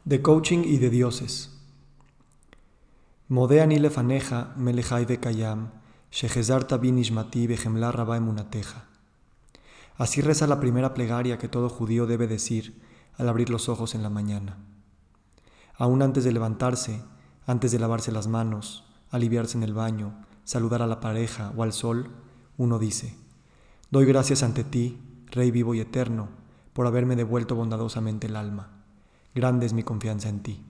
de coaching y de dioses. Modé ani lefaneja melejai bekayam, shehezarta binishmati behemla rabá emunateja. Así reza la primera plegaria que todo judío debe decir al abrir los ojos en la mañana. Aún antes de levantarse, antes de lavarse las manos, aliviarse en el baño, saludar a la pareja o al sol, uno dice: doy gracias ante ti, Rey vivo y eterno, por haberme devuelto bondadosamente el alma. Grande es mi confianza en ti.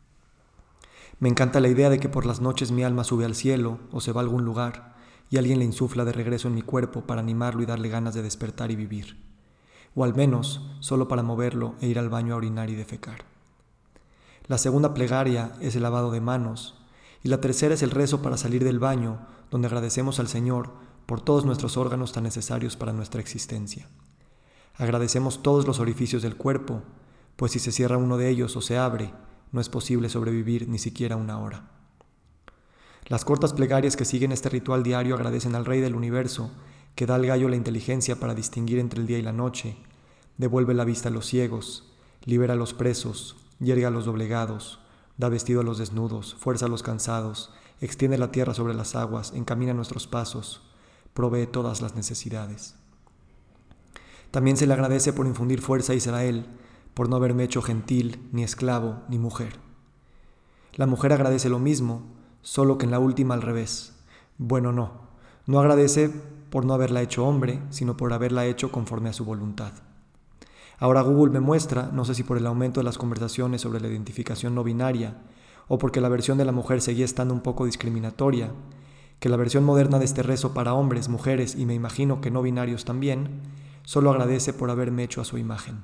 Me encanta la idea de que por las noches mi alma sube al cielo o se va a algún lugar y alguien le insufla de regreso en mi cuerpo para animarlo y darle ganas de despertar y vivir. O al menos solo para moverlo e ir al baño a orinar y defecar. La segunda plegaria es el lavado de manos y la tercera es el rezo para salir del baño, donde agradecemos al Señor por todos nuestros órganos tan necesarios para nuestra existencia. Agradecemos todos los orificios del cuerpo, pues si se cierra uno de ellos o se abre, no es posible sobrevivir ni siquiera una hora. Las cortas plegarias que siguen este ritual diario agradecen al Rey del Universo, que da al gallo la inteligencia para distinguir entre el día y la noche, devuelve la vista a los ciegos, libera a los presos, yergue a los doblegados, da vestido a los desnudos, fuerza a los cansados, extiende la tierra sobre las aguas, encamina nuestros pasos, provee todas las necesidades. También se le agradece por infundir fuerza a Israel, por no haberme hecho gentil, ni esclavo, ni mujer. La mujer agradece lo mismo, solo que en la última al revés. Bueno, no agradece por no haberla hecho hombre, sino por haberla hecho conforme a su voluntad. Ahora Google me muestra, no sé si por el aumento de las conversaciones sobre la identificación no binaria, o porque la versión de la mujer seguía estando un poco discriminatoria, que la versión moderna de este rezo para hombres, mujeres y me imagino que no binarios también, solo agradece por haberme hecho a su imagen.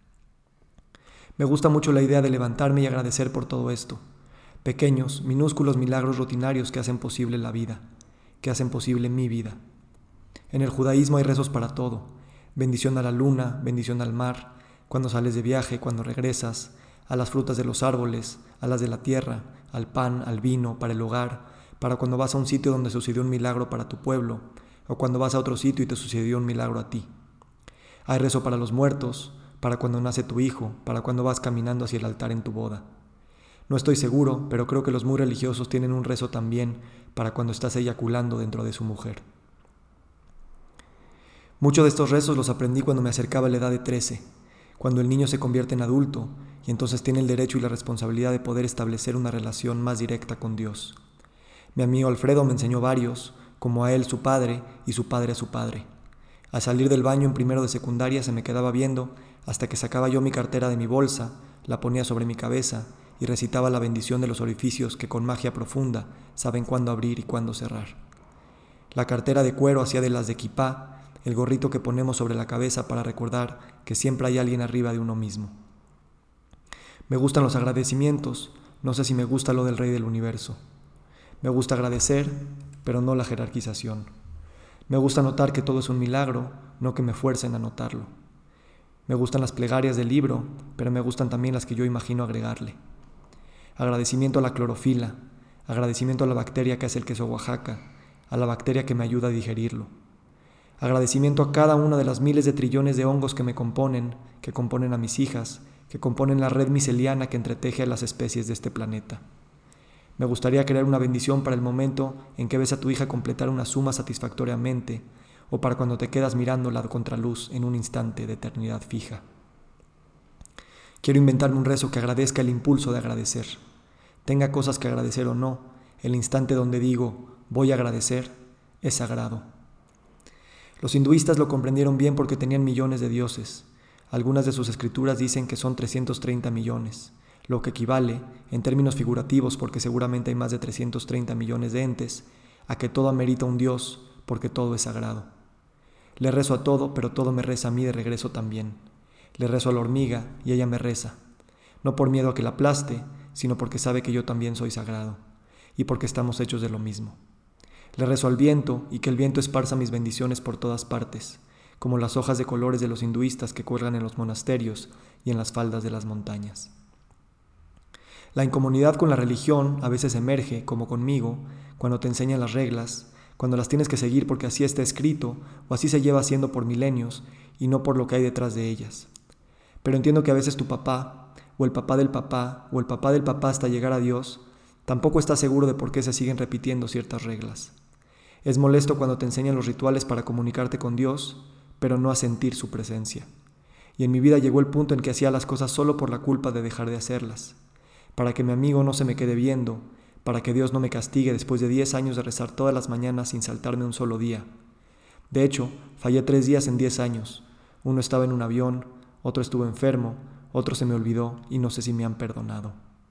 Me gusta mucho la idea de levantarme y agradecer por todo esto. Pequeños, minúsculos milagros rutinarios que hacen posible la vida, que hacen posible mi vida. En el judaísmo hay rezos para todo. Bendición a la luna, bendición al mar, cuando sales de viaje, cuando regresas, a las frutas de los árboles, a las de la tierra, al pan, al vino, para el hogar, para cuando vas a un sitio donde sucedió un milagro para tu pueblo, o cuando vas a otro sitio y te sucedió un milagro a ti. Hay rezo para los muertos, para cuando nace tu hijo, para cuando vas caminando hacia el altar en tu boda. No estoy seguro, pero creo que los muy religiosos tienen un rezo también para cuando estás eyaculando dentro de su mujer. Muchos de estos rezos los aprendí cuando me acercaba a la edad de 13, cuando el niño se convierte en adulto y entonces tiene el derecho y la responsabilidad de poder establecer una relación más directa con Dios. Mi amigo Alfredo me enseñó varios, como a él su padre y su padre a su padre. Al salir del baño en primero de secundaria se me quedaba viendo hasta que sacaba yo mi cartera de mi bolsa, la ponía sobre mi cabeza y recitaba la bendición de los orificios que con magia profunda saben cuándo abrir y cuándo cerrar. La cartera de cuero hacía de las de kipá, el gorrito que ponemos sobre la cabeza para recordar que siempre hay alguien arriba de uno mismo. Me gustan los agradecimientos, no sé si me gusta lo del Rey del Universo. Me gusta agradecer, pero no la jerarquización. Me gusta notar que todo es un milagro, no que me fuercen a notarlo. Me gustan las plegarias del libro, pero me gustan también las que yo imagino agregarle. Agradecimiento a la clorofila, agradecimiento a la bacteria que hace el queso Oaxaca, a la bacteria que me ayuda a digerirlo. Agradecimiento a cada una de las miles de trillones de hongos que me componen, que componen a mis hijas, que componen la red miceliana que entreteje a las especies de este planeta. Me gustaría crear una bendición para el momento en que ves a tu hija completar una suma satisfactoriamente, o para cuando te quedas mirándola a contraluz en un instante de eternidad fija. Quiero inventarme un rezo que agradezca el impulso de agradecer. Tenga cosas que agradecer o no, el instante donde digo voy a agradecer es sagrado. Los hinduistas lo comprendieron bien porque tenían millones de dioses. Algunas de sus escrituras dicen que son 330 millones, lo que equivale, en términos figurativos porque seguramente hay más de 330 millones de entes, a que todo amerita un dios porque todo es sagrado. Le rezo a todo, pero todo me reza a mí de regreso también. Le rezo a la hormiga y ella me reza, no por miedo a que la aplaste, sino porque sabe que yo también soy sagrado, y porque estamos hechos de lo mismo. Le rezo al viento y que el viento esparza mis bendiciones por todas partes, como las hojas de colores de los hinduistas que cuelgan en los monasterios y en las faldas de las montañas. La incomunidad con la religión a veces emerge, como conmigo, cuando te enseñan las reglas, cuando las tienes que seguir porque así está escrito o así se lleva haciendo por milenios y no por lo que hay detrás de ellas. Pero entiendo que a veces tu papá, o el papá del papá, o el papá del papá hasta llegar a Dios, tampoco estás seguro de por qué se siguen repitiendo ciertas reglas. Es molesto cuando te enseñan los rituales para comunicarte con Dios, pero no a sentir su presencia. Y en mi vida llegó el punto en que hacía las cosas solo por la culpa de dejar de hacerlas, para que mi amigo no se me quede viendo, para que Dios no me castigue después de 10 años de rezar todas las mañanas sin saltarme un solo día. De hecho, fallé 3 días en 10 años. Uno estaba en un avión, otro estuvo enfermo, otro se me olvidó y no sé si me han perdonado.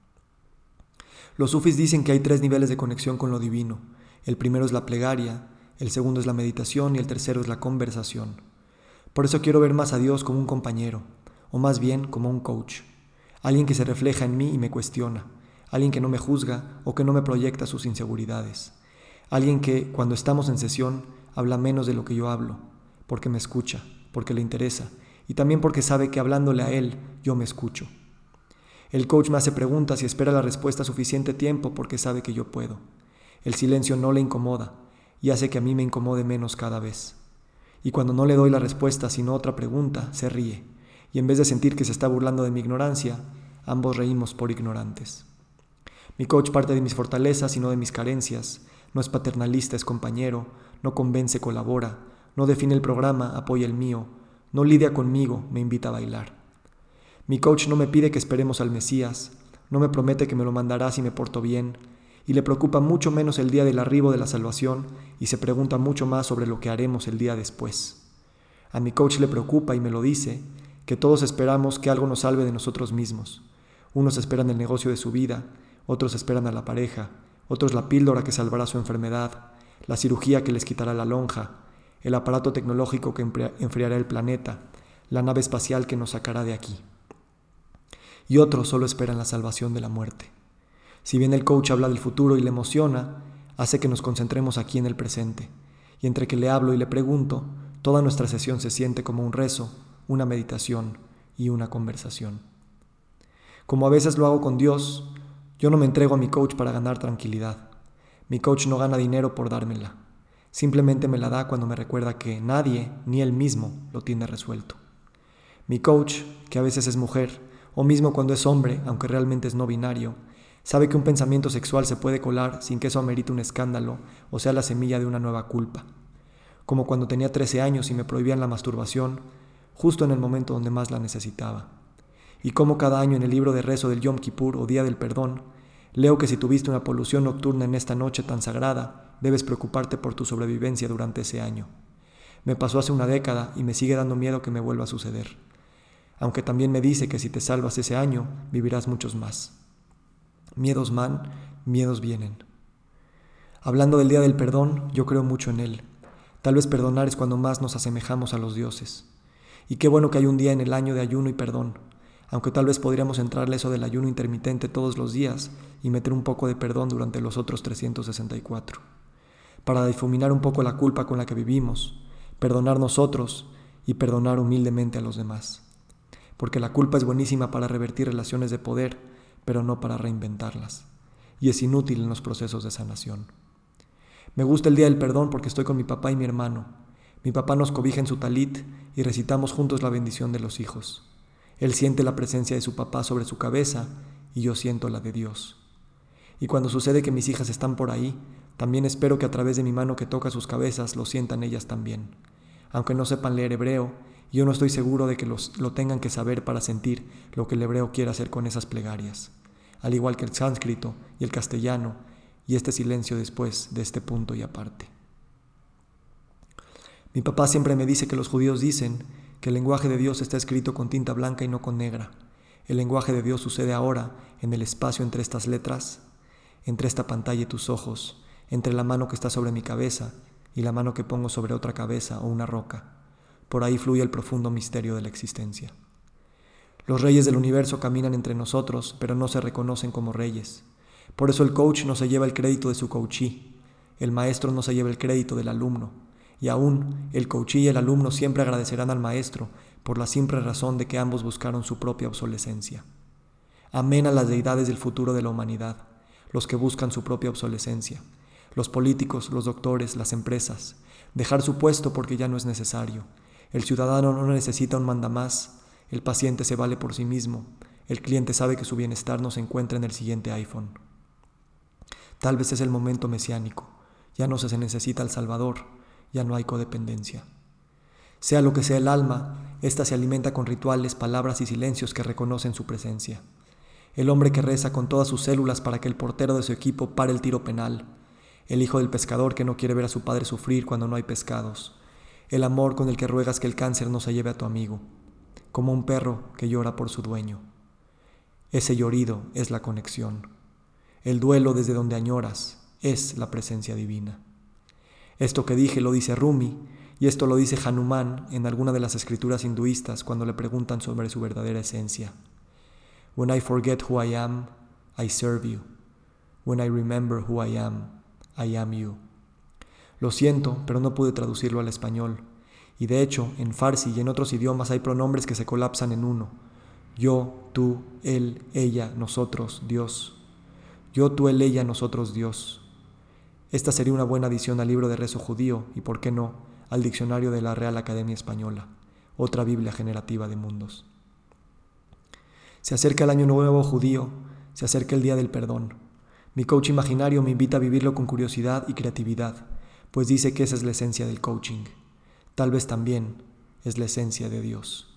Los sufis dicen que hay 3 niveles de conexión con lo divino. El primero es la plegaria, el segundo es la meditación y el tercero es la conversación. Por eso quiero ver más a Dios como un compañero, o más bien como un coach. Alguien que se refleja en mí y me cuestiona. Alguien que no me juzga o que no me proyecta sus inseguridades. Alguien que, cuando estamos en sesión, habla menos de lo que yo hablo, porque me escucha, porque le interesa, y también porque sabe que hablándole a él, yo me escucho. El coach me hace preguntas y espera la respuesta suficiente tiempo porque sabe que yo puedo. El silencio no le incomoda y hace que a mí me incomode menos cada vez. Y cuando no le doy la respuesta sino otra pregunta, se ríe, y en vez de sentir que se está burlando de mi ignorancia, ambos reímos por ignorantes. Mi coach parte de mis fortalezas y no de mis carencias. No es paternalista, es compañero, no convence, colabora, no define el programa, apoya el mío, no lidia conmigo, me invita a bailar. Mi coach no me pide que esperemos al Mesías, no me promete que me lo mandará si me porto bien, y le preocupa mucho menos el día del arribo de la salvación y se pregunta mucho más sobre lo que haremos el día después. A mi coach le preocupa, y me lo dice, que todos esperamos que algo nos salve de nosotros mismos. Unos esperan el negocio de su vida, otros esperan a la pareja, otros la píldora que salvará su enfermedad, la cirugía que les quitará la lonja, el aparato tecnológico que enfriará el planeta, la nave espacial que nos sacará de aquí. Y otros solo esperan la salvación de la muerte. Si bien el coach habla del futuro y le emociona, hace que nos concentremos aquí en el presente, y entre que le hablo y le pregunto, toda nuestra sesión se siente como un rezo, una meditación y una conversación. Como a veces lo hago con Dios, yo no me entrego a mi coach para ganar tranquilidad. Mi coach no gana dinero por dármela. Simplemente me la da cuando me recuerda que nadie, ni él mismo, lo tiene resuelto. Mi coach, que a veces es mujer, o mismo cuando es hombre, aunque realmente es no binario, sabe que un pensamiento sexual se puede colar sin que eso amerite un escándalo o sea la semilla de una nueva culpa. Como cuando tenía 13 años y me prohibían la masturbación, justo en el momento donde más la necesitaba. Y como cada año en el libro de rezo del Yom Kippur o Día del Perdón, leo que si tuviste una polución nocturna en esta noche tan sagrada, debes preocuparte por tu sobrevivencia durante ese año. Me pasó hace una década y me sigue dando miedo que me vuelva a suceder. Aunque también me dice que si te salvas ese año, vivirás muchos más. Miedos van, miedos vienen. Hablando del Día del Perdón, yo creo mucho en él. Tal vez perdonar es cuando más nos asemejamos a los dioses. Y qué bueno que hay un día en el año de ayuno y perdón, aunque tal vez podríamos entrarle eso del ayuno intermitente todos los días y meter un poco de perdón durante los otros 364. Para difuminar un poco la culpa con la que vivimos, perdonar nosotros y perdonar humildemente a los demás. Porque la culpa es buenísima para revertir relaciones de poder, pero no para reinventarlas. Y es inútil en los procesos de sanación. Me gusta el Día del Perdón porque estoy con mi papá y mi hermano. Mi papá nos cobija en su talit y recitamos juntos la bendición de los hijos. Él siente la presencia de su papá sobre su cabeza y yo siento la de Dios. Y cuando sucede que mis hijas están por ahí, también espero que a través de mi mano que toca sus cabezas lo sientan ellas también. Aunque no sepan leer hebreo, yo no estoy seguro de que lo tengan que saber para sentir lo que el hebreo quiere hacer con esas plegarias, al igual que el sánscrito y el castellano y este silencio después de este punto y aparte. Mi papá siempre me dice que los judíos dicen que el lenguaje de Dios está escrito con tinta blanca y no con negra. El lenguaje de Dios sucede ahora en el espacio entre estas letras, entre esta pantalla y tus ojos, entre la mano que está sobre mi cabeza y la mano que pongo sobre otra cabeza o una roca. Por ahí fluye el profundo misterio de la existencia. Los reyes del universo caminan entre nosotros, pero no se reconocen como reyes. Por eso el coach no se lleva el crédito de su coachee, el maestro no se lleva el crédito del alumno, y aún el coachee y el alumno siempre agradecerán al maestro por la simple razón de que ambos buscaron su propia obsolescencia. Amén a las deidades del futuro de la humanidad, los que buscan su propia obsolescencia, los políticos, los doctores, las empresas, dejar su puesto porque ya no es necesario. El ciudadano no necesita un mandamás, el paciente se vale por sí mismo, El cliente sabe que su bienestar no se encuentra en el siguiente iPhone. Tal vez es el momento mesiánico. Ya no se necesita al Salvador, ya no hay codependencia. Sea lo que sea el alma, ésta se alimenta con rituales, palabras y silencios que reconocen su presencia. El hombre que reza con todas sus células para que el portero de su equipo pare el tiro penal. El hijo del pescador que no quiere ver a su padre sufrir cuando no hay pescados. El amor con el que ruegas que el cáncer no se lleve a tu amigo. Como un perro que llora por su dueño. Ese llorido es la conexión. El duelo desde donde añoras es la presencia divina. Esto que dije lo dice Rumi, y esto lo dice Hanuman en alguna de las escrituras hinduistas cuando le preguntan sobre su verdadera esencia. When I forget who I am serve you. When I remember who I am you. Lo siento, pero no pude traducirlo al español. Y de hecho, en farsi y en otros idiomas hay pronombres que se colapsan en uno. Yo, tú, él, ella, nosotros, Dios. Yo, tú, él, ella, nosotros, Dios. Esta sería una buena adición al libro de rezo judío y, por qué no, al diccionario de la Real Academia Española, otra Biblia generativa de mundos. Se acerca el año nuevo judío, se acerca el día del perdón. Mi coach imaginario me invita a vivirlo con curiosidad y creatividad, pues dice que esa es la esencia del coaching. Tal vez también es la esencia de Dios.